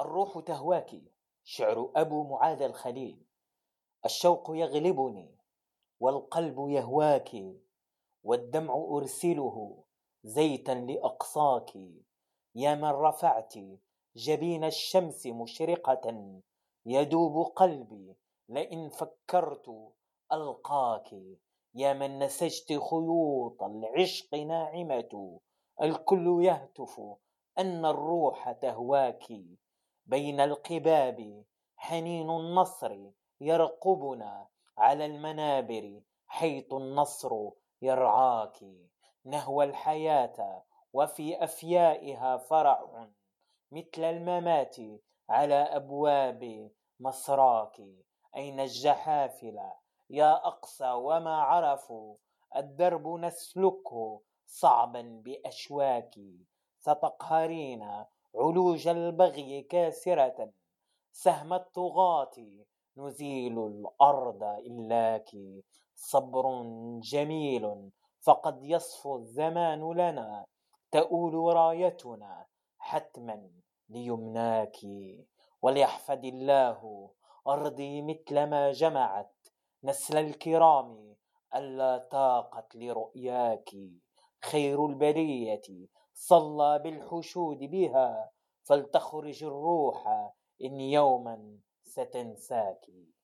الروح تهواك. شعر أبو معاذ الخليل. الشوق يغلبني والقلب يهواك، والدمع أرسله زيتا لأقصاك. يا من رفعت جبين الشمس مشرقة، يدوب قلبي لئن فكرت ألقاك. يا من نسجت خيوط العشق ناعمة، الكل يهتف أن الروح تهواك. بين القباب حنين النصر يرقبنا، على المنابر حيث النصر يرعاك. نهوى الحياة وفي أفيائها فرح، مثل الممات على أبواب مصراك. أين الجحافل يا أقصى وما عرفوا، الدرب نسلكه صعبا بأشواك. ستقهرين علوج البغي كاسرة، سهم الطغاة نزيل الأرض إلاك. صبر جميل فقد يصفو الزمان لنا، تؤول رايتنا حتما ليمناك. وليحفظ الله أرضي مثل ما جمعت نسل الكرام، ألا طاقت لرؤياك. خير البرية صلى بالحشود بها، فلتخرج الروح إن يوما ستنساك.